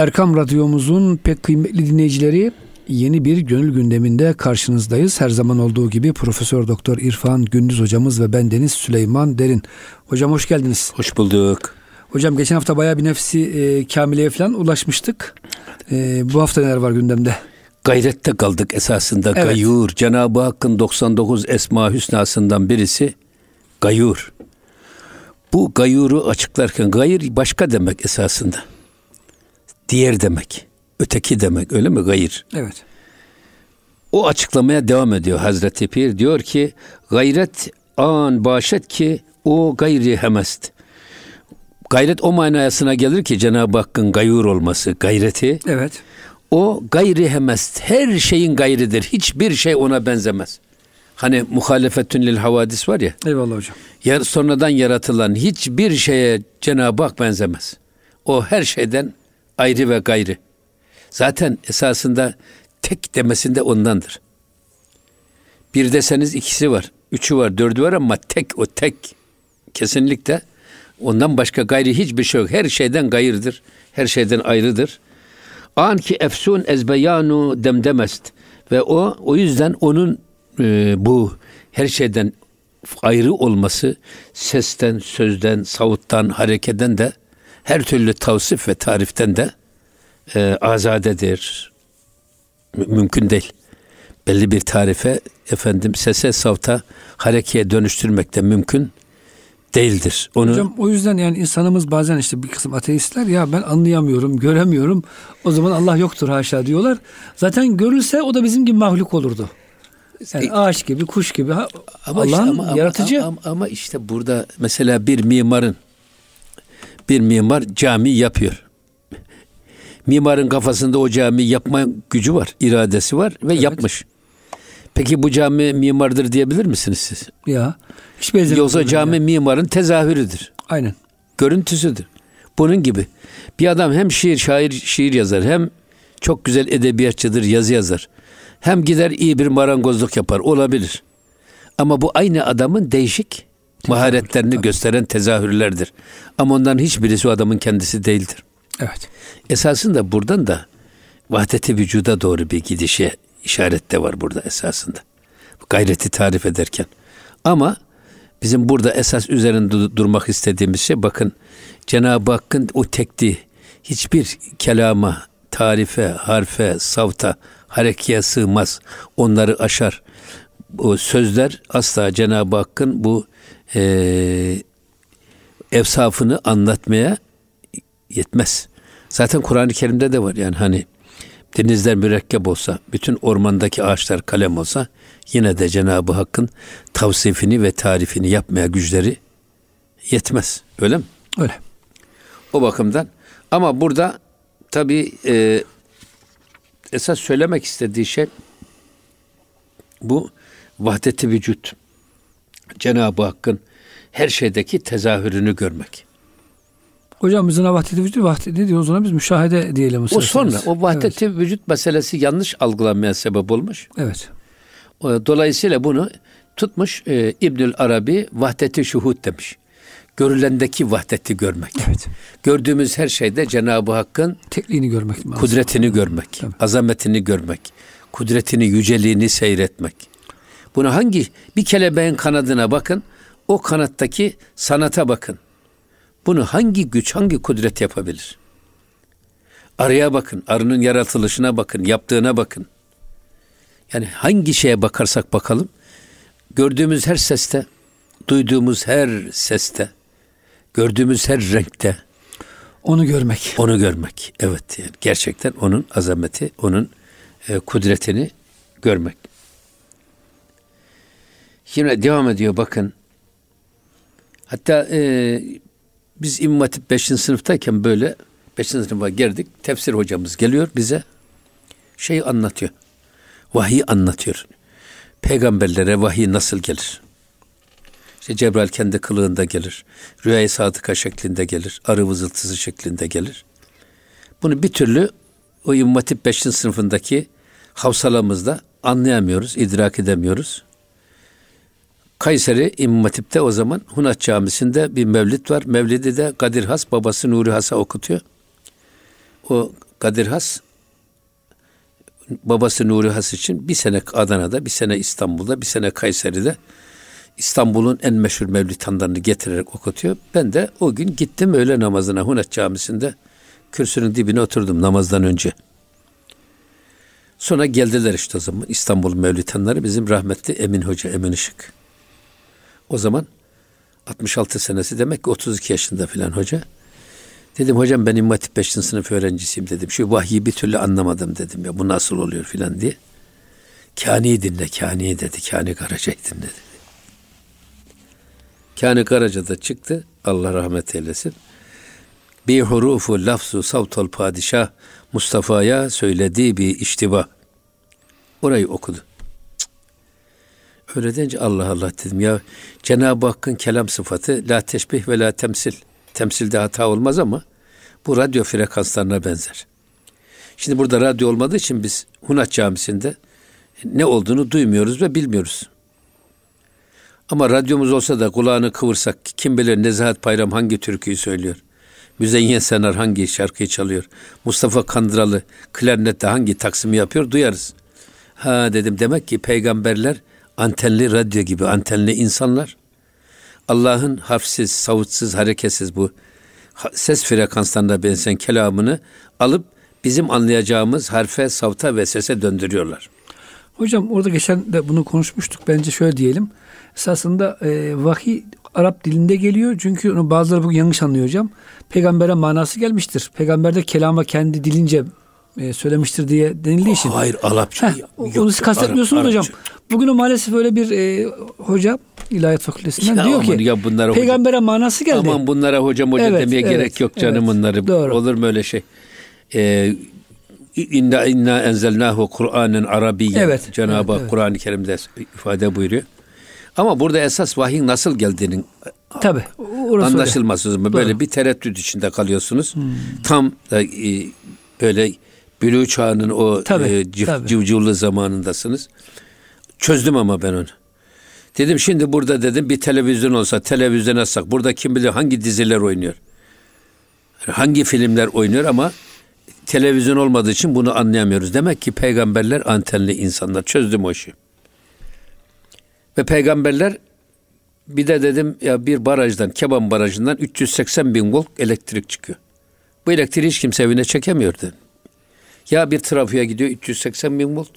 Erkam Radyomuzun pek kıymetli dinleyicileri, yeni bir gönül gündeminde karşınızdayız. Her zaman olduğu gibi Profesör Doktor İrfan Gündüz hocamız ve bendeniz Süleyman Derin. Hocam hoş geldiniz. Hoş bulduk. Hocam geçen hafta bayağı bir nefsi kamileye falan ulaşmıştık. Bu hafta neler var gündemde? Gayrette kaldık esasında. Evet. Gayur. Cenab-ı Hakk'ın 99 Esma-ı Hüsna'sından birisi gayur. Bu gayuru açıklarken gayr başka demek esasında. Diğer demek. Öteki demek, öyle mi gayr? Evet. O açıklamaya devam ediyor Hazreti Pir. Diyor ki gayret an başet ki o gayri hemest. Gayret o manasına gelir ki Cenab-ı Hakk'ın gayur olması, gayreti. Evet. O gayri hemest. Her şeyin gayridir. Hiçbir şey ona benzemez. Hani muhalefetün lil havadis var ya. Eyvallah hocam. Sonradan yaratılan hiçbir şeye Cenab-ı Hak benzemez. O her şeyden ayrı ve gayri. Zaten esasında tek demesinde ondandır. Bir deseniz ikisi var, üçü var, dördü var ama tek o tek. Kesinlikle ondan başka gayri hiçbir şey yok. Her şeyden gayrıdır, her şeyden ayrıdır. An ki efsun ezbeyanu demdemest. Ve o yüzden onun bu her şeyden ayrı olması sesten, sözden, savuttan, harekeden de her türlü tavsif ve tariften de azadedir. Mümkün değil. Belli bir tarife sese, savta, harekeye dönüştürmek de mümkün değildir. Hocam o yüzden yani insanımız bazen işte bir kısım ateistler ya ben anlayamıyorum, göremiyorum. O zaman Allah yoktur haşa diyorlar. Zaten görülse o da bizim gibi mahluk olurdu. Yani ağaç gibi, kuş gibi. Allah'ın yaratıcı. Ama işte burada mesela bir mimar cami yapıyor. Mimarın kafasında o cami yapma gücü var, iradesi var ve evet, yapmış. Peki bu cami mimardır diyebilir misiniz siz? Ya hiç benzemiyor. Yoksa cami mimarın tezahürüdür. Aynen. Görüntüsüdür. Bunun gibi. Bir adam hem şiir yazar, hem çok güzel edebiyatçıdır, yazı yazar. Hem gider iyi bir marangozluk yapar, olabilir. Ama bu aynı adamın değişik maharetlerini gösteren tezahürlerdir. Ama onların hiçbirisi o adamın kendisi değildir. Evet. Esasında buradan da vahdet-i vücuda doğru bir gidişe işaret de var burada esasında. Gayreti tarif ederken. Ama bizim burada esas üzerinde durmak istediğimiz şey, bakın Cenab-ı Hakk'ın o tekliği hiçbir kelama, tarife, harfe, savta, harekeye sığmaz. Onları aşar. O sözler asla Cenab-ı Hakk'ın bu evsafını anlatmaya yetmez. Zaten Kur'an-ı Kerim'de de var. Yani hani denizler mürekkep olsa, bütün ormandaki ağaçlar kalem olsa, yine de Cenab-ı Hakk'ın tavsifini ve tarifini yapmaya güçleri yetmez. Öyle mi? Öyle. O bakımdan. Ama burada tabii esas söylemek istediği şey bu vahdet-i vücut. Cenab-ı Hakk'ın her şeydeki tezahürünü görmek. Hocam biz ona vahdet-i vücut, ne diyoruz ona, biz müşahede diyelim. O sonra o vahdet-i vücut meselesi yanlış algılanmaya sebep olmuş. Evet. Dolayısıyla bunu tutmuş İbnül Arabi vahdet-i şuhud demiş. Görülendeki vahdeti görmek. Evet. Gördüğümüz her şeyde Cenab-ı Hakk'ın tekliğini görmek, kudretini görmek, tabii, azametini görmek, kudretini, yüceliğini seyretmek. Bunu bir kelebeğin kanadına bakın, o kanattaki sanata bakın. Bunu hangi güç, hangi kudret yapabilir? Arıya bakın, arının yaratılışına bakın, yaptığına bakın. Yani hangi şeye bakarsak bakalım, gördüğümüz her seste, duyduğumuz her seste, gördüğümüz her renkte onu görmek. Onu görmek. Evet, yani gerçekten onun azameti, onun kudretini görmek. Şimdi devam ediyor bakın. Hatta biz İmam Hatip 5. sınıftayken böyle 5. sınıfa girdik. Tefsir hocamız geliyor bize anlatıyor. Vahiy anlatıyor. Peygamberlere vahiy nasıl gelir? İşte Cebrail kendi kılığında gelir. Rüya-i sadıka şeklinde gelir. Arı vızıltısı şeklinde gelir. Bunu bir türlü o İmam Hatip 5. sınıfındaki havsalamızda anlayamıyoruz, idrak edemiyoruz. Kayseri İmam Hatip'te o zaman Hunat Camisi'nde bir mevlid var. Mevlidi de Kadir Has babası Nuri Has'a okutuyor. O Kadir Has, babası Nuri Has için bir sene Adana'da, bir sene İstanbul'da, bir sene Kayseri'de İstanbul'un en meşhur mevlüthanlarını getirerek okutuyor. Ben de o gün gittim öğle namazına Hunat Camisi'nde kürsünün dibine oturdum namazdan önce. Sonra geldiler işte o zaman İstanbul mevlüthanları bizim rahmetli Emin Hoca, Emin Işık. O zaman 66 senesi demek ki 32 yaşında filan hoca. Dedim hocam ben İmam Hatip 5. sınıf öğrencisiyim dedim. Şu vahyi bir türlü anlamadım dedim ya bu nasıl oluyor filan diye. Kâni'yi dinle, Kâni'yi dedi. Kâni Karaca'yı dinle dedi. Kâni Karaca da çıktı. Allah rahmet eylesin. Bi hurufu lafzu savtol padişah Mustafa'ya söylediği bir iştiba. Orayı okudu. Öyle deyince Allah Allah dedim ya Cenab-ı Hakk'ın kelam sıfatı la teşbih ve la temsil. Temsilde hata olmaz ama bu radyo frekanslarına benzer. Şimdi burada radyo olmadığı için biz Hunat Camisi'nde ne olduğunu duymuyoruz ve bilmiyoruz. Ama radyomuz olsa da kulağını kıvırsak kim bilir Nezahat Bayram hangi türküyü söylüyor? Müzeyyen Senar hangi şarkıyı çalıyor? Mustafa Kandıralı klarnette hangi taksimi yapıyor? Duyarız. Ha dedim demek ki peygamberler antenli radyo gibi antenli insanlar. Allah'ın harfsiz, savutsuz, hareketsiz bu ses frekanslarına benzeyen kelamını alıp bizim anlayacağımız harfe, savta ve sese döndürüyorlar. Hocam orada geçen de bunu konuşmuştuk. Bence şöyle diyelim. Esasında vahiy Arap dilinde geliyor. Çünkü onu bazıları bugün yanlış anlıyor hocam. Peygambere manası gelmiştir. Peygamber de kelama kendi dilince söylemiştir diye denildiği için. Hayır Arapça. Onu siz kastetmiyorsunuz hocam. Bugün o maalesef öyle bir hoca İlahiyat Fakültesinden ya diyor ki peygambere hocam, manası geldi. Aman bunlara hocam demeye gerek yok canım bunları. Doğru. Olur mu öyle şey? İnna enzelnahu Kur'anen Arabiyyen. Cenab-ı Hak Kur'an-ı Kerim'de ifade buyuruyor. Ama burada esas vahyin nasıl geldiğinin anlaşılması öyle. Böyle bir tereddüt içinde kalıyorsunuz. Tam böyle bülûğ çağının o civcivli zamanındasınız. Çözdüm ama ben onu. Dedim şimdi burada dedim bir televizyon olsa televizyon açsak burada kim bilir hangi diziler oynuyor. Hangi filmler oynuyor ama televizyon olmadığı için bunu anlayamıyoruz. Demek ki peygamberler antenli insanlar. Çözdüm o işi. Ve peygamberler bir de dedim ya bir barajdan, Keban Barajı'ndan 380 bin volt elektrik çıkıyor. Bu elektriği hiç kimse evine çekemiyordu. Ya bir trafiğe gidiyor 380 bin volt.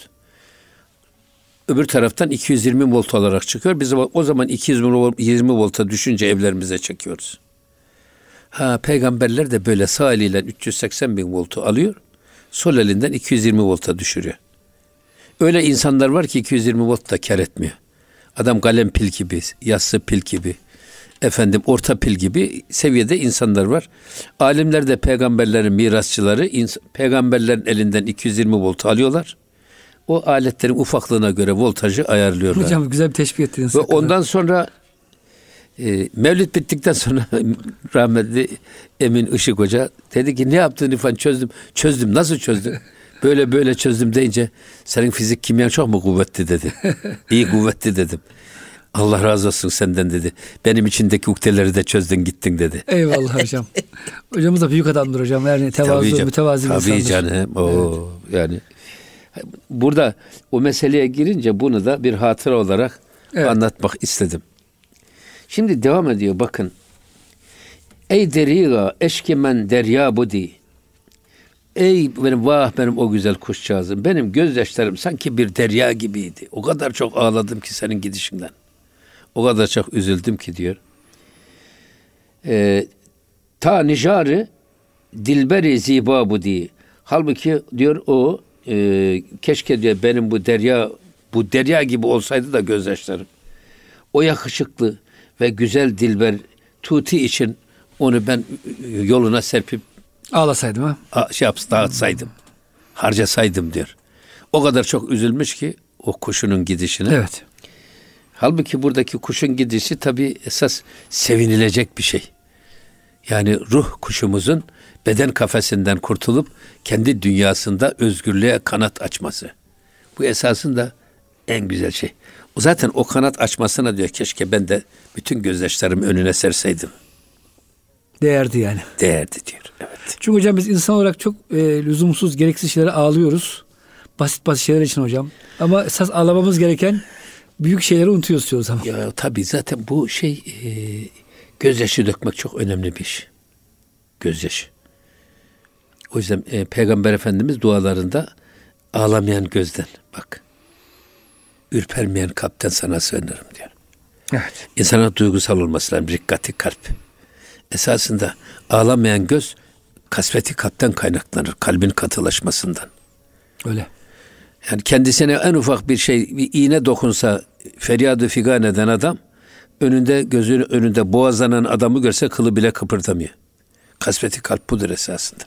Öbür taraftan 220 volt olarak çıkıyor. Biz o zaman 220 volta düşünce evlerimize çekiyoruz. Peygamberler de böyle sağ eliyle 380 bin voltu alıyor. Sol elinden 220 volta düşürüyor. Öyle insanlar var ki 220 volt da kar etmiyor. Adam kalem pil gibi, yassı pil gibi, orta pil gibi seviyede insanlar var. Alimler de peygamberlerin mirasçıları, peygamberlerin elinden 220 volt alıyorlar. O aletlerin ufaklığına göre voltajı ayarlıyorlar. Hocam güzel bir teşbih ettiniz. Ve ondan sonra Mevlid bittikten sonra rahmetli Emin Işık Hoca dedi ki ne yaptın İrfan çözdüm. Çözdüm nasıl çözdün? Böyle çözdüm deyince senin fizik kimyan çok mu kuvvetli dedi. İyi kuvvetli dedim. Allah razı olsun senden dedi. Benim içindeki ukdeleri de çözdün gittin dedi. Eyvallah hocam. Hocamız da büyük adamdır hocam. Yani tevazu, mütevazi bir insandır. Tabii canım. Yani burada o meseleye girince bunu da bir hatıra olarak anlatmak istedim. Şimdi devam ediyor bakın. Ey deriga eşkimen derya budi. Ey benim o güzel kuşcağızım. Benim gözyaşlarım sanki bir derya gibiydi. O kadar çok ağladım ki senin gidişinden. O kadar çok üzüldüm ki diyor. Ta nijarı dilberi ziba budi. Halbuki diyor o keşke diyor benim bu derya gibi olsaydı da gözyaşlarım. O yakışıklı ve güzel dilber Tuti için onu ben yoluna serpip ağlasaydım dağıtsaydım. Harcasaydım diyor. O kadar çok üzülmüş ki o kuşunun gidişine. Evet. Halbuki buradaki kuşun gidişi tabii esas sevinilecek bir şey. Yani ruh kuşumuzun beden kafesinden kurtulup kendi dünyasında özgürlüğe kanat açması. Bu esasında en güzel şey. O zaten o kanat açmasına diyor keşke ben de bütün gözyaşlarımı önüne serseydim. Değerdi yani. Değerdi diyor. Evet. Çünkü hocam biz insan olarak çok lüzumsuz, gereksiz şeylere ağlıyoruz. Basit basit şeyler için hocam. Ama esas ağlamamız gereken büyük şeyleri unutuyoruz o zaman. Ya tabii zaten bu gözyaşı dökmek çok önemli bir iş. Gözyaşı. O yüzden Peygamber Efendimiz dualarında ağlamayan gözden bak. Ürpermeyen kalpten sana sığınırım diyor. Evet. İnsana duygusal olması lazım. Rikkati kalp. Esasında ağlamayan göz kasveti kalpten kaynaklanır. Kalbin katılaşmasından. Öyle. Yani kendisine en ufak bir iğne dokunsa feryadı figan eden adam gözünün önünde boğazlanan adamı görse kılı bile kıpırdamıyor. Kasveti kalp budur esasında.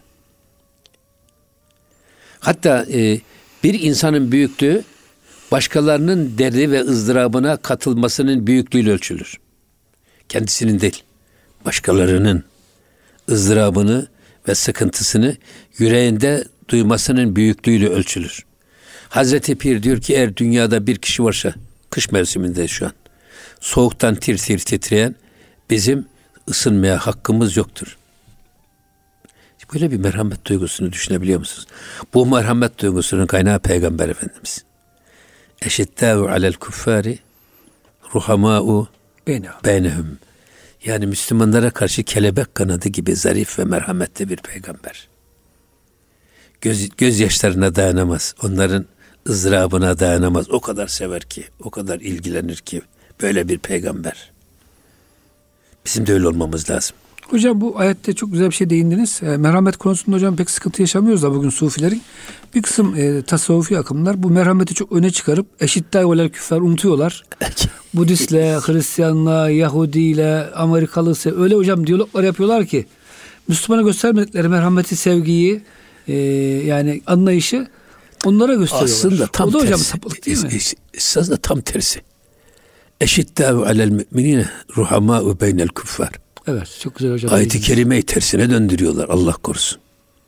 Hatta bir insanın büyüklüğü başkalarının derdi ve ızdırabına katılmasının büyüklüğüyle ölçülür. Kendisinin değil, başkalarının ızdırabını ve sıkıntısını yüreğinde duymasının büyüklüğüyle ölçülür. Hazreti Pir diyor ki eğer dünyada bir kişi varsa, kış mevsiminde şu an, soğuktan tir tir titreyen bizim ısınmaya hakkımız yoktur. Böyle bir merhamet duygusunu düşünebiliyor musunuz? Bu merhamet duygusunun kaynağı Peygamber Efendimiz. Eşittâhu alel kuffâri ruhamâ'u beynehum. Yani Müslümanlara karşı kelebek kanadı gibi zarif ve merhametli bir peygamber. Gözyaşlarına dayanamaz. Onların ızdırabına dayanamaz. O kadar sever ki, o kadar ilgilenir ki böyle bir peygamber. Bizim de öyle olmamız lazım. Hocam bu ayette çok güzel bir şey değindiniz. Merhamet konusunda hocam pek sıkıntı yaşamıyoruz da bugün sufilerin. Bir kısım tasavvufi akımlar bu merhameti çok öne çıkarıp eşittâ velel küffâr unutuyorlar. Budistle, Hristiyanla, Yahudiyle, Amerikalıysa öyle hocam diyaloglar yapıyorlar ki Müslümana göstermedikleri merhameti, sevgiyi yani anlayışı onlara gösteriyorlar. Aslında tam o da hocam tersi. sapılık değil mi? Aslında tam tersi. Eşittâ alel müminine ruhamâ'u beynel küffâr. Evet, çok güzel hocam. Ayet-i kerimeyi tersine döndürüyorlar. Allah korusun.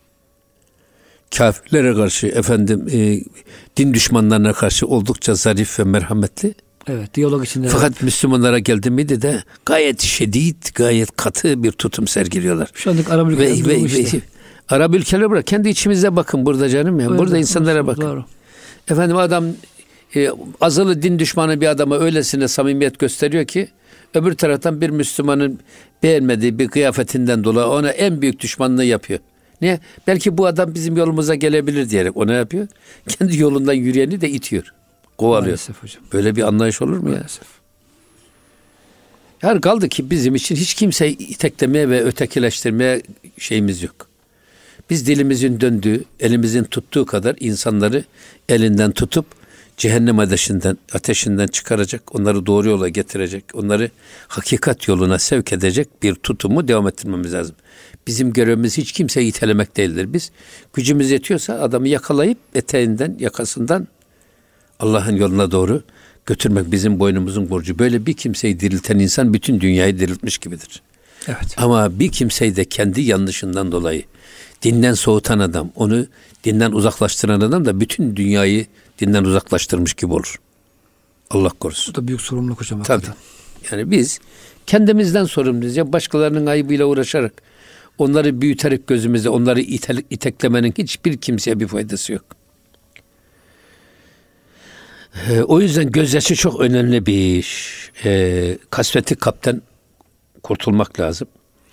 Kafirlere karşı din düşmanlarına karşı oldukça zarif ve merhametli. Evet, diyalog içinde. Fakat Müslümanlara geldi miydi de gayet şiddet, gayet katı bir tutum sergiliyorlar. Şu andaki Arap ülkeleri Arap ülkeleri bırak. Kendi içimizde bakın burada canım ya. Evet, burada insanlara bakın. Doğru. Efendim adam azılı din düşmanı bir adama öylesine samimiyet gösteriyor ki öbür taraftan bir Müslümanın beğenmediği bir kıyafetinden dolayı ona en büyük düşmanlığı yapıyor. Niye? Belki bu adam bizim yolumuza gelebilir diyerek ona yapıyor. Kendi yolundan yürüyeni de itiyor. Kovalıyor. Maalesef hocam. Böyle bir anlayış olur mu Maalesef. ya? Yani kaldı ki bizim için hiç kimseyi iteklemeye ve ötekileştirmeye şeyimiz yok. Biz dilimizin döndüğü, elimizin tuttuğu kadar insanları elinden tutup cehennem ateşinden çıkaracak, onları doğru yola getirecek, onları hakikat yoluna sevk edecek bir tutumu devam ettirmemiz lazım. Bizim görevimiz hiç kimseyi itelemek değildir. Biz gücümüz yetiyorsa adamı yakalayıp eteğinden, yakasından Allah'ın yoluna doğru götürmek bizim boynumuzun borcu. Böyle bir kimseyi dirilten insan bütün dünyayı diriltmiş gibidir. Evet. Ama bir kimseyi de kendi yanlışından dolayı dinden soğutan adam, onu dinden uzaklaştıran adam da bütün dünyayı dinden uzaklaştırmış gibi olur. Allah korusun. Bu da büyük sorumluluk hocam. Tabii. Yani biz kendimizden sorumluyuz. Ya başkalarının ayıbıyla uğraşarak, onları büyüterek gözümüzde, onları iteklemenin hiçbir kimseye bir faydası yok. O yüzden gözyaşı çok önemli bir iş. Kasveti kalpten kurtulmak lazım.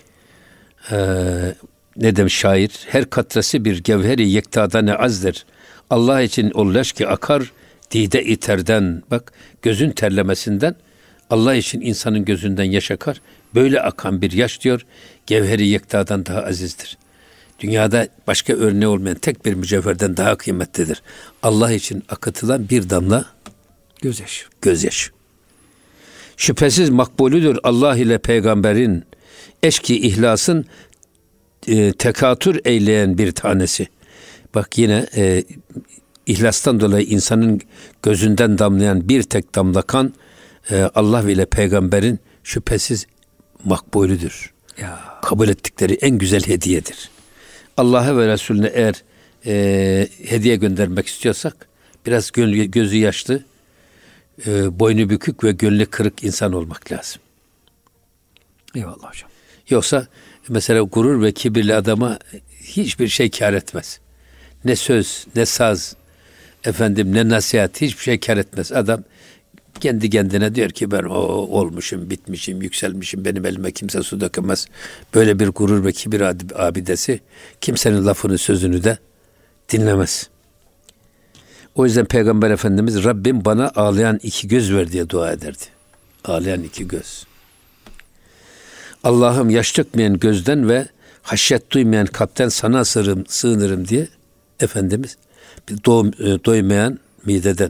Ne demiş şair? Her katresi bir gevheri yektada ne azdır. Allah için o leş ki akar dide iterden. Bak gözün terlemesinden Allah için insanın gözünden yaş akar. Böyle akan bir yaş diyor gevheri yektadan daha azizdir. Dünyada başka örneği olmayan tek bir mücevherden daha kıymetlidir. Allah için akıtılan bir damla gözyaşı. Şüphesiz makbulüdür Allah ile peygamberin eşki ihlasın tekatür eyleyen bir tanesi. Bak yine ihlastan dolayı insanın gözünden damlayan bir tek damla kan Allah ile peygamberin şüphesiz makbulüdür. Ya. Kabul ettikleri en güzel hediyedir. Allah'a ve Resulüne eğer hediye göndermek istiyorsak biraz gözü yaşlı, boynu bükük ve gönlü kırık insan olmak lazım. Eyvallah hocam. Yoksa Mesela gurur ve kibirli adama hiçbir şey kâr etmez. Ne söz, ne saz, ne nasihat, hiçbir şey kâr etmez. Adam kendi kendine diyor ki ben olmuşum, bitmişim, yükselmişim, benim elime kimse su dökemez. Böyle bir gurur ve kibir abidesi kimsenin lafını, sözünü de dinlemez. O yüzden Peygamber Efendimiz Rabbim bana ağlayan iki göz ver diye dua ederdi. Ağlayan iki göz. Allah'ım yaş dökmeyen gözden ve haşyet duymayan kalpten sana sığınırım diye Efendimiz doymayan mideden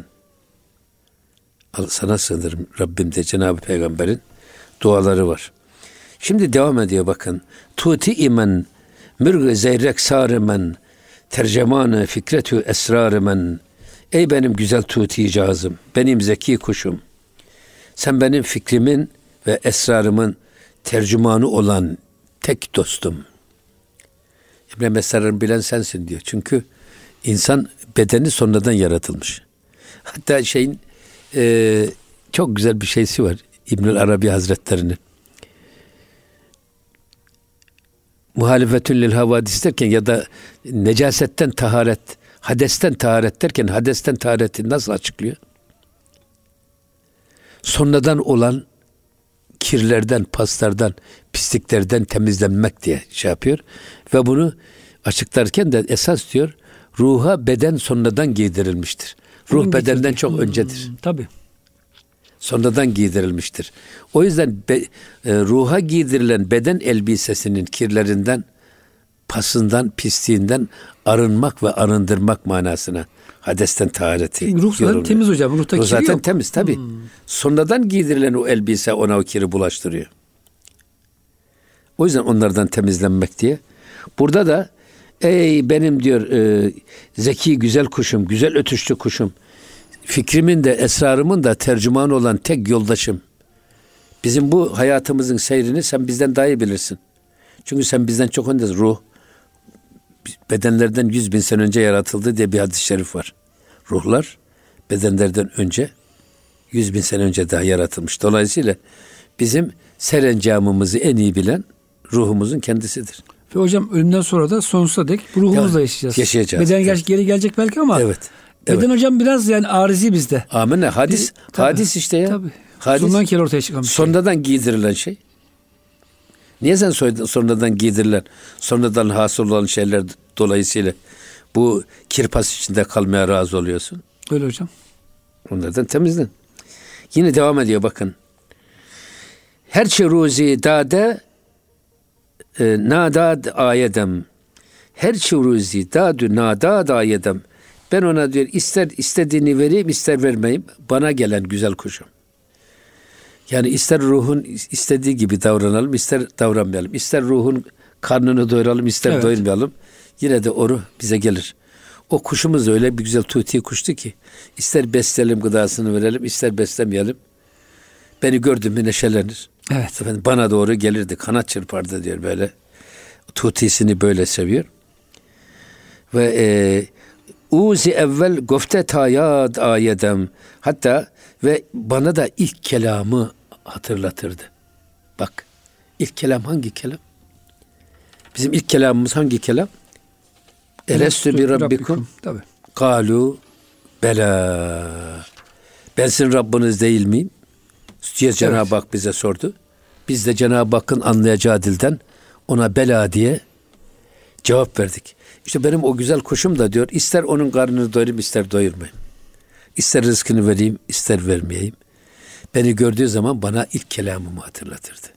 sana sığınırım Rabbim de Cenab-ı Peygamber'in duaları var. Şimdi devam ediyor bakın. Tuti imen mürg zeyrek sarımen tercemanı fikretü esrarımen. Ey benim güzel tuti cazım, benim zeki kuşum. Sen benim fikrimin ve esrarımın tercümanı olan tek dostum. İbrahim esrarını bilen sensin diyor. Çünkü insan bedeni sonradan yaratılmış. Hatta çok güzel bir şeysi var İbnül Arabi Hazretleri'nin. Muhalefetün lil havadis derken ya da necasetten taharet, hadesten taharet derken hadesten tahareti nasıl açıklıyor? Sonradan olan kirlerden, paslardan, pisliklerden temizlenmek diye şey yapıyor. Ve bunu açıklarken de esas diyor, ruha beden sonradan giydirilmiştir. Ruh bedenden çok öncedir. Tabii. Sonradan giydirilmiştir. O yüzden ruha giydirilen beden elbisesinin kirlerinden, pasından, pisliğinden arınmak ve arındırmak manasına hadesten tahareti. Ruh zaten temiz hocam. Ruh zaten yok. Temiz tabii. Sonradan giydirilen o elbise ona o kiri bulaştırıyor. O yüzden onlardan temizlenmek diye. Burada da ey benim diyor zeki güzel kuşum, güzel ötüşlü kuşum. Fikrimin de esrarımın da tercümanı olan tek yoldaşım. Bizim bu hayatımızın seyrini sen bizden daha iyi bilirsin. Çünkü sen bizden çok öndesin. Ruh bedenlerden 100.000 sene önce yaratıldı diye bir hadis-i şerif var. Ruhlar bedenlerden önce 100.000 sene önce daha yaratılmış. Dolayısıyla bizim serencamımızı en iyi bilen ruhumuzun kendisidir. Ve hocam ölümden sonra da sonsuza dek ruhumuzla yaşayacağız. Beden geri gelecek belki ama beden hocam biraz yani arizi bizde. Amenna. Hadis işte ya. Tabii. Hadis. Sonradan kere ortaya çıkan bir şey. Sonradan giydirilen şey. Niye sen sonradan giydirilen, sonradan hasıl olan şeyler dolayısıyla bu kirpas içinde kalmaya razı oluyorsun? Öyle hocam. Onlardan temizlen. Yine devam ediyor bakın. Her çeruzi dade nadad ayedem. Her çeruzi dadu nadad ayedem. Ben ona diyor ister istediğini vereyim ister vermeyeyim. Bana gelen güzel kuşum. Yani ister ruhun istediği gibi davranalım, ister davranmayalım. İster ruhun karnını doyuralım, ister doyurmayalım. Yine de o ruh bize gelir. O kuşumuz da öyle bir güzel tuti kuştu ki ister besleyelim gıdasını verelim, ister beslemeyelim. Beni gördü mü neşelenir. Evet. Efendim, bana doğru gelirdi, kanat çırpardı diyor böyle. Tutisini böyle seviyor. Ve uzi evvel gofte tayad ayedem. Hatta ve bana da ilk kelamı hatırlatırdı. Bak, ilk kelam hangi kelam? Bizim ilk kelamımız hangi kelam? Elestü bi rabbikum. Tabii. Kalu bela. Ben sizin Rabbiniz değil miyim? Cenab-ı Hak bize sordu. Biz de Cenab-ı Hakk'ın anlayacağı dilden ona bela diye cevap verdik. İşte benim o güzel kuşum da diyor, ister onun karnını doyurayım, ister doyurmayayım. İster rızkını vereyim, ister vermeyeyim. Beni gördüğü zaman bana ilk kelamımı hatırlatırdı.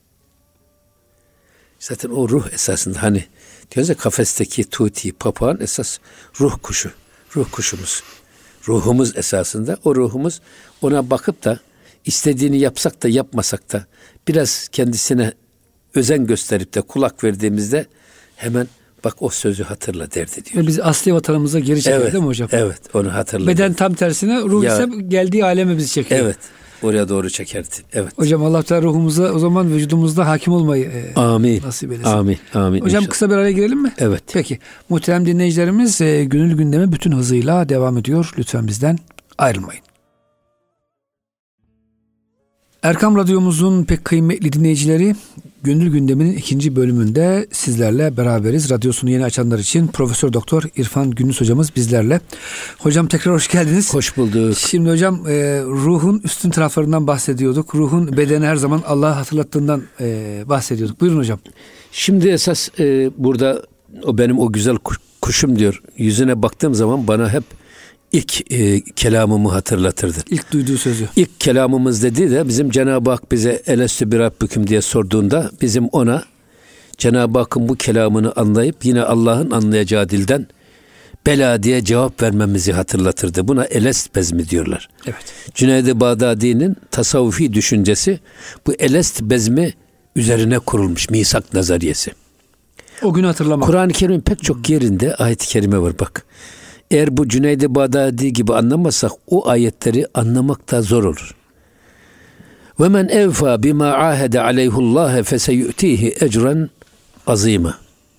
Zaten o ruh esasında hani diyoruz ya, kafesteki tuti, papağan esas ruh kuşu. Ruh kuşumuz. Ruhumuz esasında, o ruhumuz ona bakıp da istediğini yapsak da yapmasak da biraz kendisine özen gösterip de kulak verdiğimizde hemen bak o sözü hatırla derdi diyor. Ve biz asli vatanımıza geri çekiyor değil mi hocam? Evet, onu hatırla. Beden tam tersine, ruh ise geldiği aleme bizi çekiyor. Evet, oraya doğru çekerdi. Evet. Hocam Allah Teala ruhumuza o zaman vücudumuzda hakim olmayı nasip eylesin. Amin. Hocam inşallah. Kısa bir araya girelim mi? Evet. Peki. Muhterem dinleyicilerimiz, gönül gündemi bütün hızıyla devam ediyor. Lütfen bizden ayrılmayın. Erkam Radyomuzun pek kıymetli dinleyicileri, Gönül Gündemi'nin 2. bölümünde sizlerle beraberiz. Radyosunu yeni açanlar için Profesör Doktor İrfan Gündüz hocamız bizlerle. Hocam tekrar hoş geldiniz. Hoş bulduk. Şimdi hocam ruhun üstün taraflarından bahsediyorduk. Ruhun bedeni her zaman Allah'ı hatırlattığından bahsediyorduk. Buyurun hocam. Şimdi esas burada o benim o güzel kuşum diyor. Yüzüne baktığım zaman bana hep ilk kelamımı hatırlatırdı. İlk duyduğu sözü. İlk kelamımız dediği de bizim Cenab-ı Hak bize elestü bir rabbüküm diye sorduğunda bizim ona Cenab-ı Hakk'ın bu kelamını anlayıp yine Allah'ın anlayacağı dilden bela diye cevap vermemizi hatırlatırdı. Buna elest bezmi diyorlar. Evet. Cüneyd-i Bağdadi'nin tasavvufi düşüncesi bu elest bezmi üzerine kurulmuş misak nazariyesi. O günü hatırlamak. Kur'an-ı Kerim'in pek çok yerinde ayet-i kerime var bak. Eğer bu Cüneyd-i Bağdadi gibi anlamazsak o ayetleri anlamak da zor olur. Ve men evfa bima ahede aleyhullah feseyu'tihi ecran azima.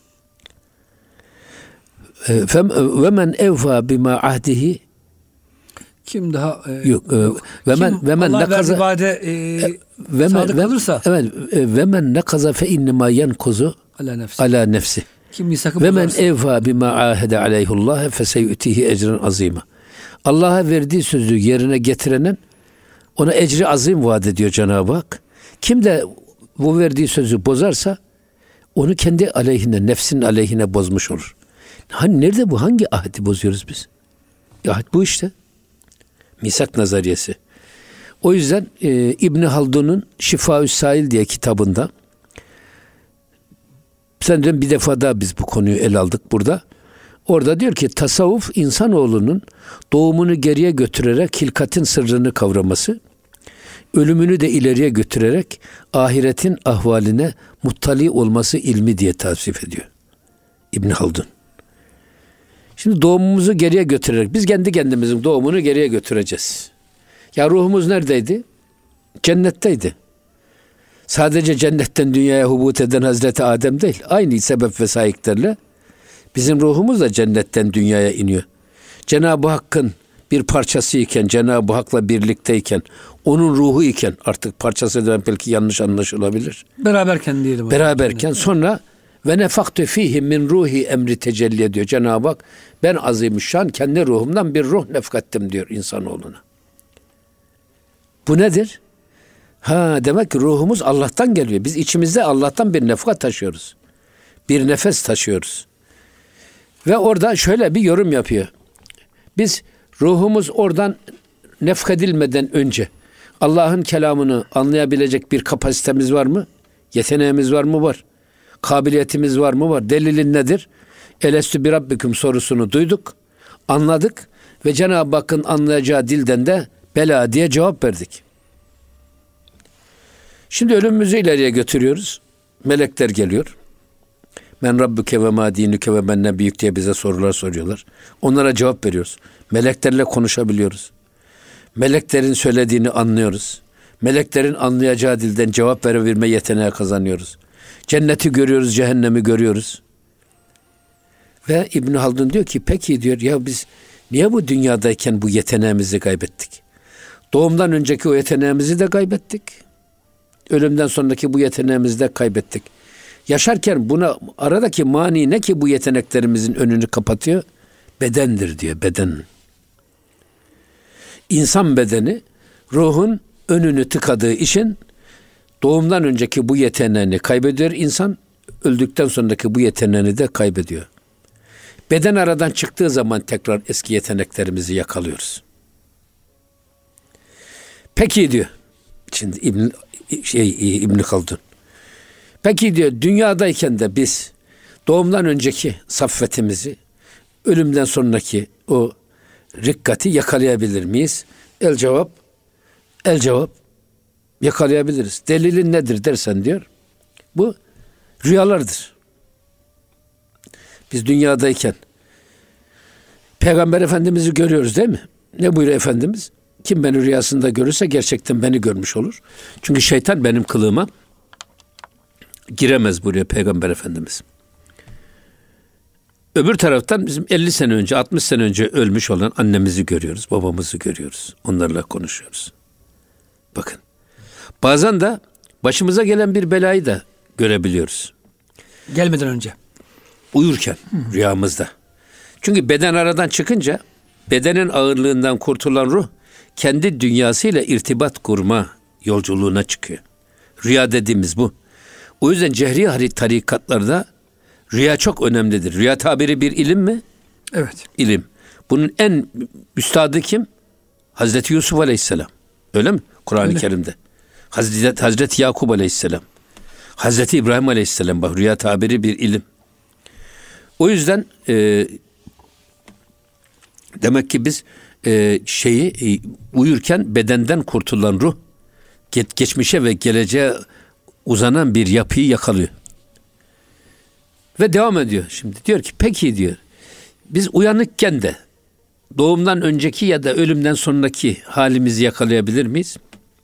Ve men evfa bima ahdihi kim daha yok ve men nakaza sadık kalırsa ve men nakaza fe innema yankuzu ala nefsi. Kim misakı ve men evfa bima ahede aleyhullah feseyu'tihi ecran azima. Allah'a verdiği sözü yerine getirenin ona ecri azim vaat ediyor Cenab-ı Hak. Kim de bu verdiği sözü bozarsa onu kendi aleyhine, nefsinin aleyhine bozmuş olur. Hani nerede bu? Hangi ahdi bozuyoruz biz? Ahd bu işte. Misak nazariyesi. O yüzden İbn Haldun'un Şifaü's Sail diye kitabında senden bir defa daha biz bu konuyu ele aldık burada. Orada diyor ki tasavvuf insanoğlunun doğumunu geriye götürerek hilkatin sırrını kavraması, ölümünü de ileriye götürerek ahiretin ahvaline muttali olması ilmi diye tavsif ediyor İbn Haldun. Şimdi doğumumuzu geriye götürerek biz kendi kendimizin doğumunu geriye götüreceğiz. Ya ruhumuz neredeydi? Cennetteydi. Sadece cennetten dünyaya hubut eden Hazreti Adem değil. Aynı sebep ve sahiplerle bizim ruhumuz da cennetten dünyaya iniyor. Cenab-ı Hakk'ın bir parçası iken, Cenab-ı Hak'la birlikteyken, onun ruhu iken artık parçası da belki yanlış anlaşılabilir. Beraberken diyelim. Beraberken sonra ve nefaktu fihi min ruhi emri tecelli ediyor Cenab-ı Hak. Ben azimüşşan kendi ruhumdan bir ruh nefkettim diyor insanoğluna. Bu nedir? Demek ki ruhumuz Allah'tan geliyor. Biz içimizde Allah'tan bir nefkat taşıyoruz. Bir nefes taşıyoruz. Ve orada şöyle bir yorum yapıyor. Biz ruhumuz oradan nefkedilmeden önce Allah'ın kelamını anlayabilecek bir kapasitemiz var mı? Yeteneğimiz var mı? Var. Kabiliyetimiz var mı? Var. Delilin nedir? Elestü bir rabbiküm sorusunu duyduk, anladık ve Cenab-ı Hakk'ın anlayacağı dilden de bela diye cevap verdik. Şimdi ölümümüzü ileriye götürüyoruz. Melekler geliyor. Men rabbuke ve ma dinuke ve men nebiyük diye bize sorular soruyorlar. Onlara cevap veriyoruz. Meleklerle konuşabiliyoruz. Meleklerin söylediğini anlıyoruz. Meleklerin anlayacağı dilden cevap verebilme yeteneği kazanıyoruz. Cenneti görüyoruz, cehennemi görüyoruz. Ve İbn Haldun diyor ki peki diyor ya biz niye bu dünyadayken bu yeteneğimizi kaybettik? Doğumdan önceki o yeteneğimizi de kaybettik. Ölümden sonraki bu yeteneğimizi de kaybettik. Yaşarken buna aradaki mani ne ki bu yeteneklerimizin önünü kapatıyor? Bedendir diyor, beden. İnsan bedeni ruhun önünü tıkadığı için doğumdan önceki bu yeteneğini kaybediyor insan, öldükten sonraki bu yeteneğini de kaybediyor. Beden aradan çıktığı zaman tekrar eski yeteneklerimizi yakalıyoruz. Peki diyor. Şimdi İbn Haldun. Peki diyor dünyadayken de biz doğumdan önceki saffetimizi, ölümden sonraki o rikkati yakalayabilir miyiz? El cevap yakalayabiliriz. Delilin nedir dersen diyor. Bu rüyalardır. Biz dünyadayken Peygamber Efendimiz'i görüyoruz değil mi? Ne buyuruyor Efendimiz? Kim beni rüyasında görürse gerçekten beni görmüş olur. Çünkü şeytan benim kılığıma giremez buyuruyor Peygamber Efendimiz. Öbür taraftan bizim 50 sene önce, 60 sene önce ölmüş olan annemizi görüyoruz, babamızı görüyoruz. Onlarla konuşuyoruz. Bakın. Bazen de başımıza gelen bir belayı da görebiliyoruz. Gelmeden önce. Uyurken rüyamızda. Çünkü beden aradan çıkınca bedenin ağırlığından kurtulan ruh kendi dünyasıyla irtibat kurma yolculuğuna çıkıyor. Rüya dediğimiz bu. O yüzden cehri tarikatlarda rüya çok önemlidir. Rüya tabiri bir ilim mi? Evet. İlim. Bunun en üstadı kim? Hazreti Yusuf Aleyhisselam. Öyle mi? Kur'an-ı Kerim'de. Hazreti Yakup Aleyhisselam. Hazreti İbrahim Aleyhisselam. Bak, rüya tabiri bir ilim. O yüzden demek ki biz uyurken bedenden kurtulan ruh geçmişe ve geleceğe uzanan bir yapıyı yakalıyor. Ve devam ediyor. Şimdi diyor ki peki diyor, biz uyanıkken de doğumdan önceki ya da ölümden sonraki halimizi yakalayabilir miyiz?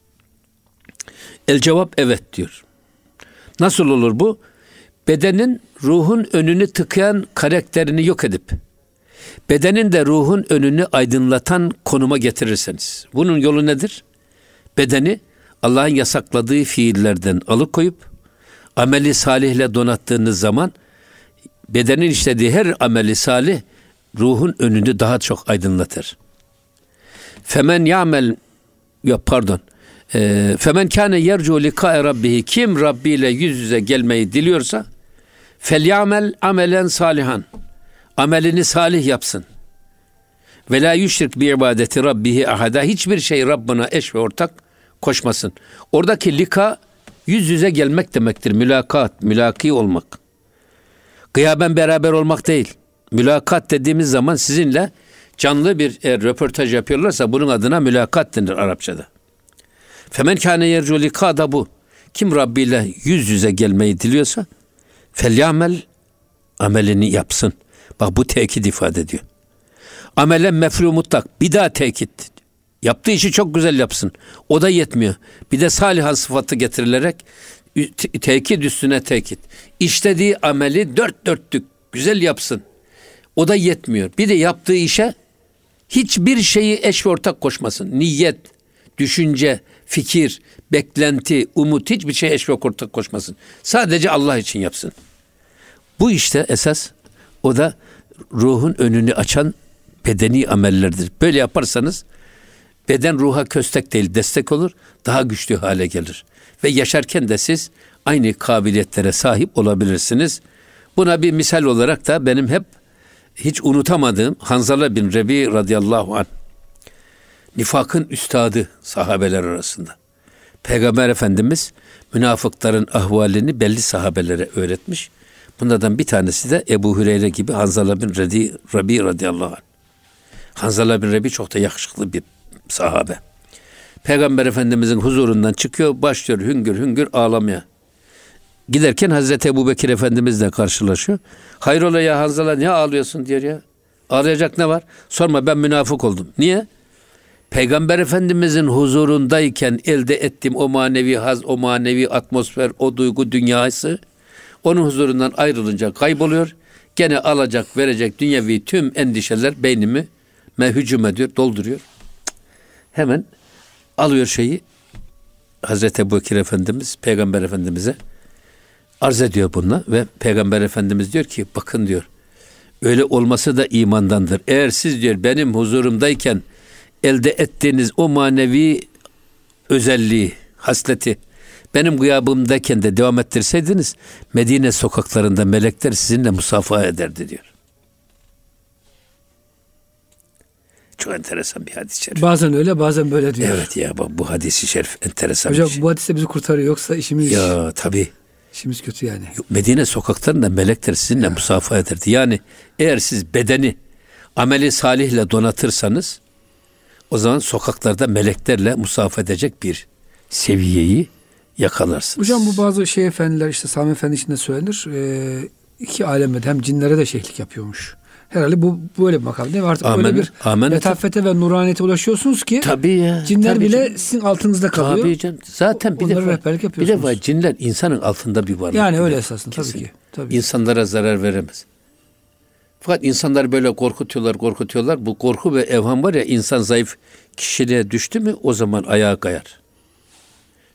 El cevap evet diyor. Nasıl olur bu? Bedenin ruhun önünü tıkayan karakterini yok edip bedenin de ruhun önünü aydınlatan konuma getirirseniz. Bunun yolu nedir? Bedeni Allah'ın yasakladığı fiillerden alıkoyup ameli salihle donattığınız zaman bedenin işlediği her ameli salih ruhun önünü daha çok aydınlatır. Femen kâne yercu likâe rabbihi, kim Rabbi ile yüz yüze gelmeyi diliyorsa felyamel amelen salihan, amelini salih yapsın. Ve la yüşrik bi ibadeti rabbihi ahada, hiçbir şey Rabbına eş ve ortak koşmasın. Oradaki lika yüz yüze gelmek demektir. Mülakat, mülaki olmak. Gıyaben beraber olmak değil. Mülakat dediğimiz zaman sizinle canlı bir röportaj yapıyorlarsa bunun adına mülakat denir Arapçada. Femen kâne yercu lika da bu. Kim Rabbi ile yüz yüze gelmeyi diliyorsa felyamel, amelini yapsın. Bak, bu tekit ifade ediyor. Amelen mef'lû mutlak. Bir daha tekit. Yaptığı işi çok güzel yapsın. O da yetmiyor. Bir de salihan sıfatı getirilerek tekit üstüne tekit. İşlediği ameli dört dörtlük güzel yapsın. O da yetmiyor. Bir de yaptığı işe hiçbir şeyi eş ve ortak koşmasın. Niyet, düşünce, fikir, beklenti, umut, hiçbir şey eş ve ortak koşmasın. Sadece Allah için yapsın. Bu işte esas, o da ruhun önünü açan bedeni amellerdir. Böyle yaparsanız beden ruha köstek değil, destek olur, daha güçlü hale gelir. Ve yaşarken de siz aynı kabiliyetlere sahip olabilirsiniz. Buna bir misal olarak da benim hep hiç unutamadığım Hanzala bin Rebi radıyallahu anh, nifakın üstadı sahabeler arasında. Peygamber Efendimiz münafıkların ahvalini belli sahabelere öğretmiş. Bunlardan bir tanesi de Ebu Hüreyre gibi Hanzala bin Rebi radıyallahu anh. Hanzala bin Rebi çok da yakışıklı bir sahabe. Peygamber Efendimizin huzurundan çıkıyor, başlıyor hüngür hüngür ağlamaya. Giderken Hazreti Ebubekir Efendimizle karşılaşıyor. Hayrola ya Hanzala, niye ağlıyorsun diyor ya. Ağlayacak ne var? Sorma, ben münafık oldum. Niye? Peygamber Efendimizin huzurundayken elde ettiğim o manevi haz, o manevi atmosfer, o duygu dünyası onun huzurundan ayrılınca kayboluyor. Gene alacak, verecek dünyevi tüm endişeler beynimi hücum ediyor, dolduruyor. Hemen alıyor şeyi, Hazreti Ebubekir Efendimiz Peygamber Efendimiz'e arz ediyor bununla ve Peygamber Efendimiz diyor ki, bakın diyor, öyle olması da imandandır. Eğer siz diyor benim huzurumdayken elde ettiğiniz o manevi özelliği, hasleti benim gıyabımdayken de devam ettirseydiniz, Medine sokaklarında melekler sizinle musafaha ederdi diyor. Çok enteresan bir hadis-i şerif. Bazen öyle, bazen böyle diyor. Evet ya, bu hadis-i şerif enteresan hocam, bir şey. bu hadis de bizi kurtarıyor, yoksa işimiz... Ya tabii. İşimiz kötü yani. Medine sokaklarında melekler sizinle musafaha ederdi. Yani eğer siz bedeni ameli salihle donatırsanız, o zaman sokaklarda meleklerle musafaha edecek bir seviyeyi yakalarsınız. Hocam, bu bazı efendiler, işte Sami Efendi için de söylenir. İki alemde hem cinlere de şeyhlik yapıyormuş. Herhalde bu böyle bir makam değil mi? Artık böyle bir letafete ve nuraniyete ulaşıyorsunuz ki tabii ya, cinler tabii bile canım, sizin altınızda kalıyor. Tabii canım. Zaten bir defa cinler insanın altında bir varlık. Yani öyle esasında tabii ki. Tabii. İnsanlara zarar veremez. Fakat insanları böyle korkutuyorlar. Bu korku ve evham var ya, insan zayıf kişiliğe düştü mü o zaman ayağa kayar.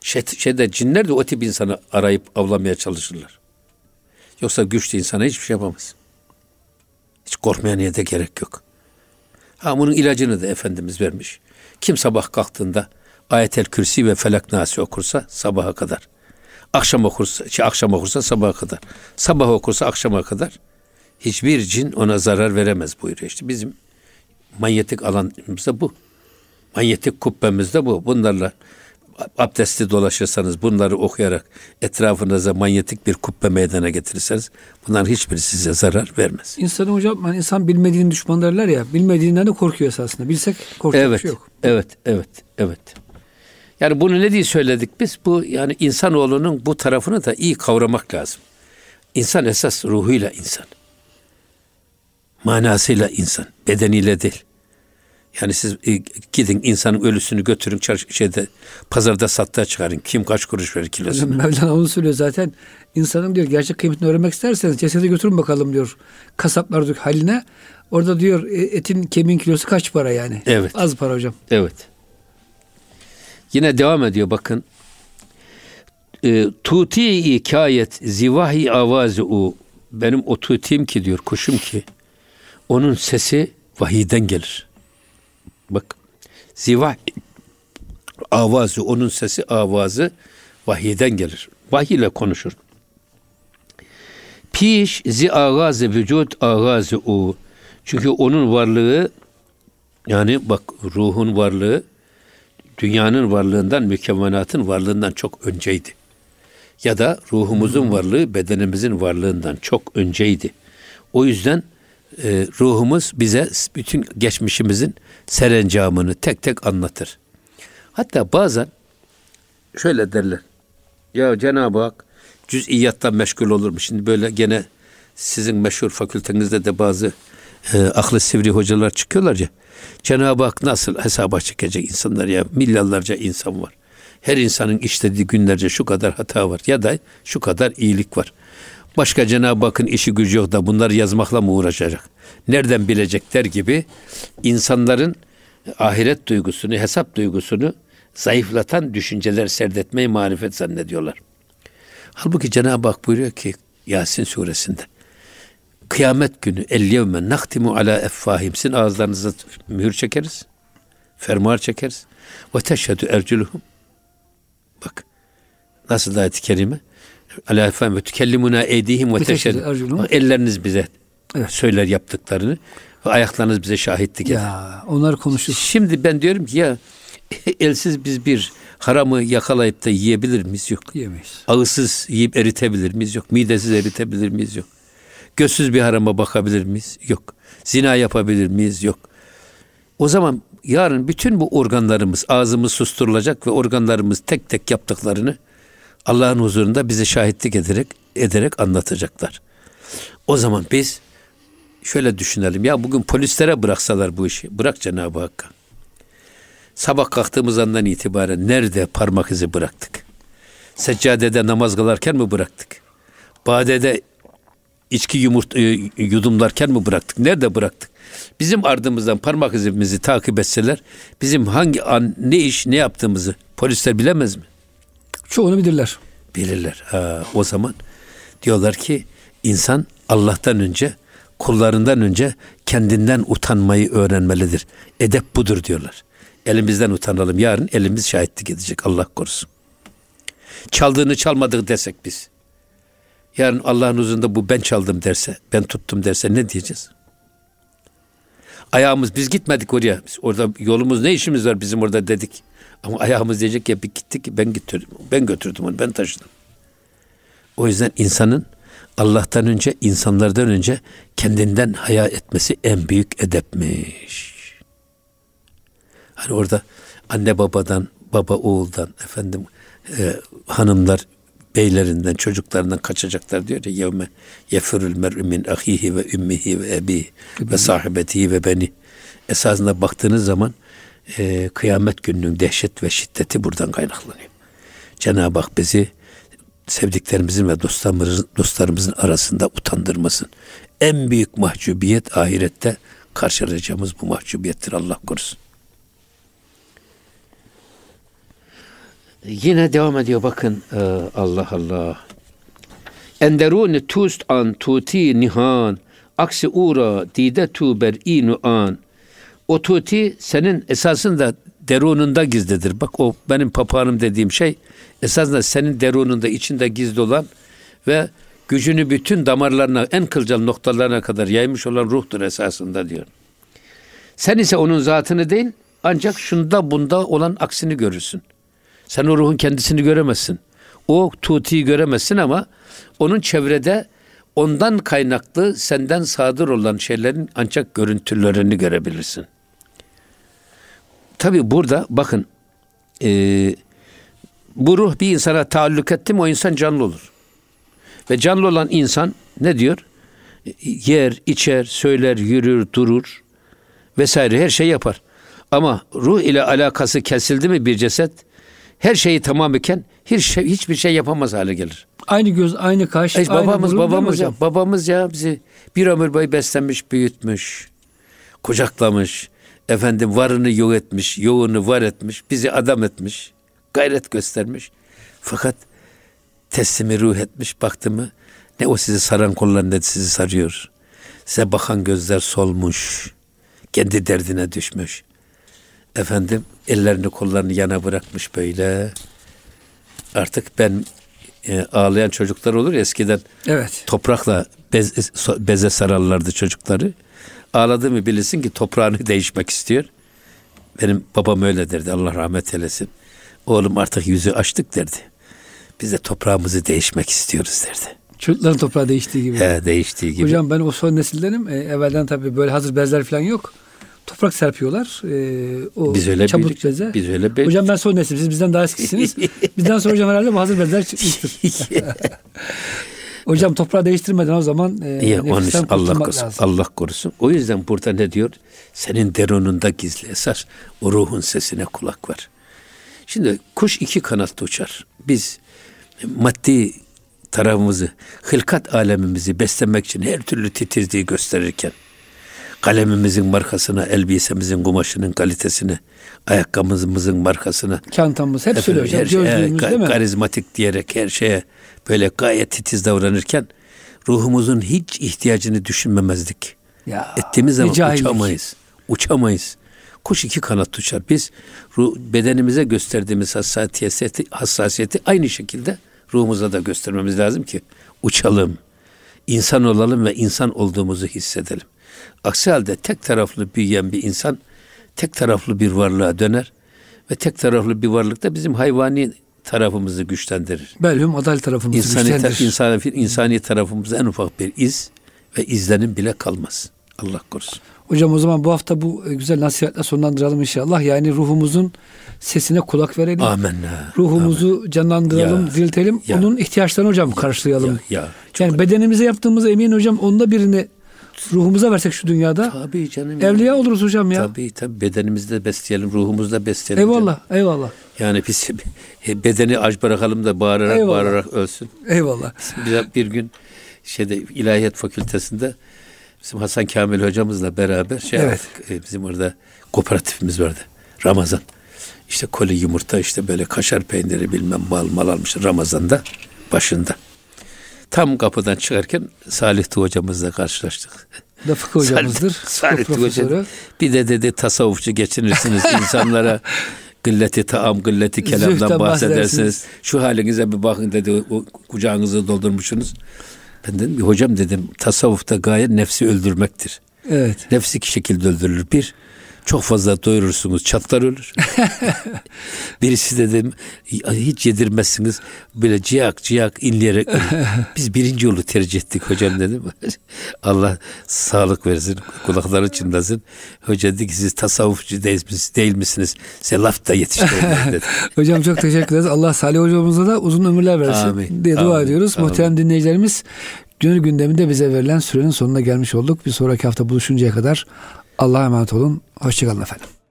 Cinler de o tip insanı arayıp avlamaya çalışırlar. Yoksa güçlü insana hiçbir şey yapamaz. Hiç korkmaya niyete gerek yok. Bunun ilacını da Efendimiz vermiş. Kim sabah kalktığında Ayetel Kürsi ve Felak Nasi okursa sabaha kadar. Akşam okursa sabaha kadar. Sabah okursa akşama kadar. Hiçbir cin ona zarar veremez buyuruyor. İşte bizim manyetik alanımız da bu. Manyetik kubbemiz de bu. Bunlarla abdestli dolaşırsanız, bunları okuyarak etrafınıza manyetik bir kubbe meydana getirirseniz bunların hiçbiri size zarar vermez. İnsanın hocam, hani insan bilmediğini düşman derler ya, bilmediğinden de korkuyor esasında. Bilsek korkacak bir şey yok. Evet. Yani bunu ne diye söyledik biz? Bu yani insanoğlunun bu tarafını da iyi kavramak lazım. İnsan esas ruhuyla insan. Manasıyla insan, bedeniyle değil. Yani siz gidin insanın ölüsünü götürün pazarda sattığa çıkarın. Kim kaç kuruş verir kilosunu? Mevlana onu söylüyor zaten. İnsanın diyor gerçek kıymetini öğrenmek isterseniz cesedi götürün bakalım diyor. Kasaplar diyor haline. Orada diyor etin kemiğin kilosu kaç para yani? Evet. Az para hocam. Evet. Yine devam ediyor bakın. Tuti hikayet zivahi avazu, benim o tutim ki diyor, kuşum ki onun sesi vahiyden gelir. Bak, zivah avazı, onun sesi avazı vahiyden gelir. Vahiy ile konuşur. Piş zi ağazı vücut ağazı o. Çünkü onun varlığı, yani bak, ruhun varlığı dünyanın varlığından, mükevvenatın varlığından çok önceydi. Ya da ruhumuzun varlığı bedenimizin varlığından çok önceydi. O yüzden ruhumuz bize bütün geçmişimizin serencamını tek tek anlatır. Hatta bazen şöyle derler. Ya Cenab-ı Hak cüz'iyattan meşgul olur mu? Şimdi böyle gene sizin meşhur fakültenizde de bazı aklı sivri hocalar çıkıyorlar ya. Cenab-ı Hak nasıl hesaba çekecek insanlar ya? Milyarlarca insan var. Her insanın işlediği günlerce şu kadar hata var ya da şu kadar iyilik var. Başka Cenab-ı Hakk'ın işi gücü yok da bunları yazmakla mı uğraşacak? Nereden bilecekler gibi insanların ahiret duygusunu, hesap duygusunu zayıflatan düşünceler serdetmeyi marifet zannediyorlar. Halbuki Cenab-ı Hak buyuruyor ki Yasin suresinde, kıyamet günü el-yevme naktimu ala effahim, sizin ağızlarınıza mühür çekeriz, fermuar çekeriz. Ve teşhedü erculuhum. Bak nasıl ayet-i kerime, ala effahim ve tükellimuna eydihim ve teşhedü. Elleriniz bize söyler yaptıklarını ve ayaklarınız bize şahitlik eder. Ya onlar konuşur. Şimdi ben diyorum ki ya elsiz biz bir haramı yakalayıp da yiyebilir miyiz? Yok. Yiyemeyiz. Ağızsız yiyip eritebilir miyiz? Yok. Midesiz eritebilir miyiz? Yok. Gözsüz bir harama bakabilir miyiz? Yok. Zina yapabilir miyiz? Yok. O zaman yarın bütün bu organlarımız, ağzımız susturulacak ve organlarımız tek tek yaptıklarını Allah'ın huzurunda bize şahitlik ederek anlatacaklar. O zaman biz şöyle düşünelim. Ya bugün polislere bıraksalar bu işi. Bırak Cenab-ı Hakk'a. Sabah kalktığımız andan itibaren nerede parmak izi bıraktık? Seccadede namaz kılarken mi bıraktık? Badede içki yudumlarken mi bıraktık? Nerede bıraktık? Bizim ardımızdan parmak izimizi takip etseler bizim hangi an ne iş ne yaptığımızı polisler bilemez mi? Çoğunu bilirler. Bilirler. O zaman diyorlar ki insan Allah'tan önce, kullarından önce kendinden utanmayı öğrenmelidir. Edep budur diyorlar. Elimizden utanalım. Yarın elimiz şahitlik edecek. Allah korusun. Çaldığını çalmadık desek biz. Yarın Allah'ın huzurunda bu ben çaldım derse, ben tuttum derse ne diyeceğiz? Ayağımız, biz gitmedik oraya. Biz orada yolumuz, ne işimiz var bizim orada dedik. Ama ayağımız diyecek ya, bir gittik, ben götürdüm onu, ben taşıdım. O yüzden insanın Allah'tan önce, insanlardan önce kendinden haya etmesi en büyük edepmiş. Hani orada anne babadan, baba oğuldan, hanımlar beylerinden, çocuklarından kaçacaklar diyor ya, yevme yefirul mer'u min ahihi ve ümmihi ve ebihi ve sahibetihi ve beni. Esasında baktığınız zaman kıyamet gününün dehşet ve şiddeti buradan kaynaklanıyor. Cenab-ı Hak bizi sevdiklerimizin ve dostlarımızın arasında utandırmasın. En büyük mahcubiyet ahirette karşılayacağımız bu mahcubiyettir. Allah korusun. Yine devam ediyor bakın. Allah Allah. Enderune tust an tuti nihan. Aksi uğra dide tu ber'inu an. O tuti senin esasında derununda gizlidir. Bak o benim papağanım dediğim şey esasında senin derununda, içinde gizli olan ve gücünü bütün damarlarına, en kılcal noktalarına kadar yaymış olan ruhtur esasında diyor. Sen ise onun zatını değil, ancak şunda bunda olan aksini görürsün. Sen o ruhun kendisini göremezsin. O tutiyi göremezsin ama onun çevrede ondan kaynaklı, senden sadır olan şeylerin ancak görüntülerini görebilirsin. Tabi burada bakın, bu ruh bir insana taalluk etti mi o insan canlı olur. Ve canlı olan insan ne diyor? Yer, içer, söyler, yürür, durur vesaire her şey yapar. Ama ruh ile alakası kesildi mi bir ceset, her şeyi tamam iken hiçbir şey yapamaz hale gelir. Aynı göz, aynı kaş, aynı burun. Babamız ya bizi bir ömür boyu beslenmiş, büyütmüş, kucaklamış, efendim varını yok etmiş, yoğunu var etmiş, bizi adam etmiş, gayret göstermiş. Fakat teslimi ruh etmiş, baktı mı ne o sizi saran kollar ne sizi sarıyor. Size bakan gözler solmuş, kendi derdine düşmüş. Efendim ellerini kollarını yana bırakmış böyle. Artık ben ağlayan çocuklar olur ya eskiden. Evet. Toprakla beze sararlardı çocukları. Ağladı mı bilirsin ki toprağını değişmek istiyor. Benim babam öyle derdi, Allah rahmet eylesin. Oğlum artık yüzü açtık derdi. Biz de toprağımızı değişmek istiyoruz derdi. Çocukların toprağı değiştiği gibi. He, değiştiği gibi. Hocam ben o son nesildenim. Evvelden tabii böyle hazır bezler falan yok. Toprak serpiyorlar. O biz öyle çabuk büyüdük. beze. Biz öyle büyüdük. Hocam ben son nesil. Siz bizden daha eskisiniz. Bizden sonra hocam herhalde bu hazır bezler çıkmıştır. Hocam toprağı değiştirmeden o zaman nefisten kurtulmak lazım. Allah korusun. O yüzden burada ne diyor? Senin derununda gizli esas o ruhun sesine kulak ver. Şimdi kuş iki kanatlı uçar. Biz maddi tarafımızı, hılkat alemimizi beslemek için her türlü titizliği gösterirken, kalemimizin markasına, elbisemizin kumaşının kalitesine, ayakkabımızın markasına, çantamız hep söylüyor hocam. Gözlüğümüz değil mi? Karizmatik diyerek her şeye böyle gayet titiz davranırken ruhumuzun hiç ihtiyacını düşünmemezdik. Ettiğimiz zaman uçamayız. Kuş iki kanat uçar. Biz bedenimize gösterdiğimiz hassasiyeti aynı şekilde ruhumuza da göstermemiz lazım ki uçalım, insan olalım ve insan olduğumuzu hissedelim. Aksi halde tek taraflı büyüyen bir insan tek taraflı bir varlığa döner ve tek taraflı bir varlıkta bizim hayvani tarafımızı güçlendirir. Belhum adal tarafımızı güçlendirir. İnsani tarafımızda en ufak bir iz ve izlenim bile kalmaz. Allah korusun. Hocam o zaman bu hafta bu güzel nasihatle sonlandıralım inşallah. Yani ruhumuzun sesine kulak verelim. Amenna. Ruhumuzu canlandıralım, diriltelim. Onun ihtiyaçlarını hocam karşılayalım. Yani bedenimize yaptığımız emeğin hocam onda birini ruhumuza versek şu dünyada. Tabii canım. Evliya oluruz hocam ya. Tabii bedenimizde besleyelim, ruhumuzda besleyelim. Eyvallah. Yani biz bedeni aç bırakalım da bağırarak ölsün. Eyvallah. Bir gün İlahiyat Fakültesi'nde bizim Hasan Kamil hocamızla beraber bizim orada kooperatifimiz vardı. Ramazan. İşte koli yumurta, işte böyle kaşar peyniri bilmem mal almış Ramazan'da başında. Tam kapıdan çıkarken Salih hocamızla karşılaştık. Da fıkıh hocamızdır. Salih hocam. Bir de dedi tasavvufçu geçinirsiniz insanlara gılleti taam, gılleti kelamdan bahsedersiniz. Şu halinize bir bakın dedi, o kucağınızı doldurmuşsunuz. Ben dedim ki hocam dedim tasavvufta gaye nefsi öldürmektir. Evet. Nefsi iki şekilde öldürülür. Bir, çok fazla doyurursunuz, çatlar ölür. Birisi dedim hiç yedirmezsiniz, böyle ciyak inleyerek ölür. Biz birinci yolu tercih ettik hocam dedim. Allah sağlık versin, kulakları çınlasın. Hoca dedi ki siz tasavvufçu değil misiniz? Size laf da yetiştirin dedi. Hocam çok teşekkür ederiz. Allah Salih hocamıza da uzun ömürler versin diye dua ediyoruz. Muhterem dinleyicilerimiz, Gönül gündeminde bize verilen sürenin sonuna gelmiş olduk. Bir sonraki hafta buluşuncaya kadar Allah'a emanet olun. Hoşçakalın efendim.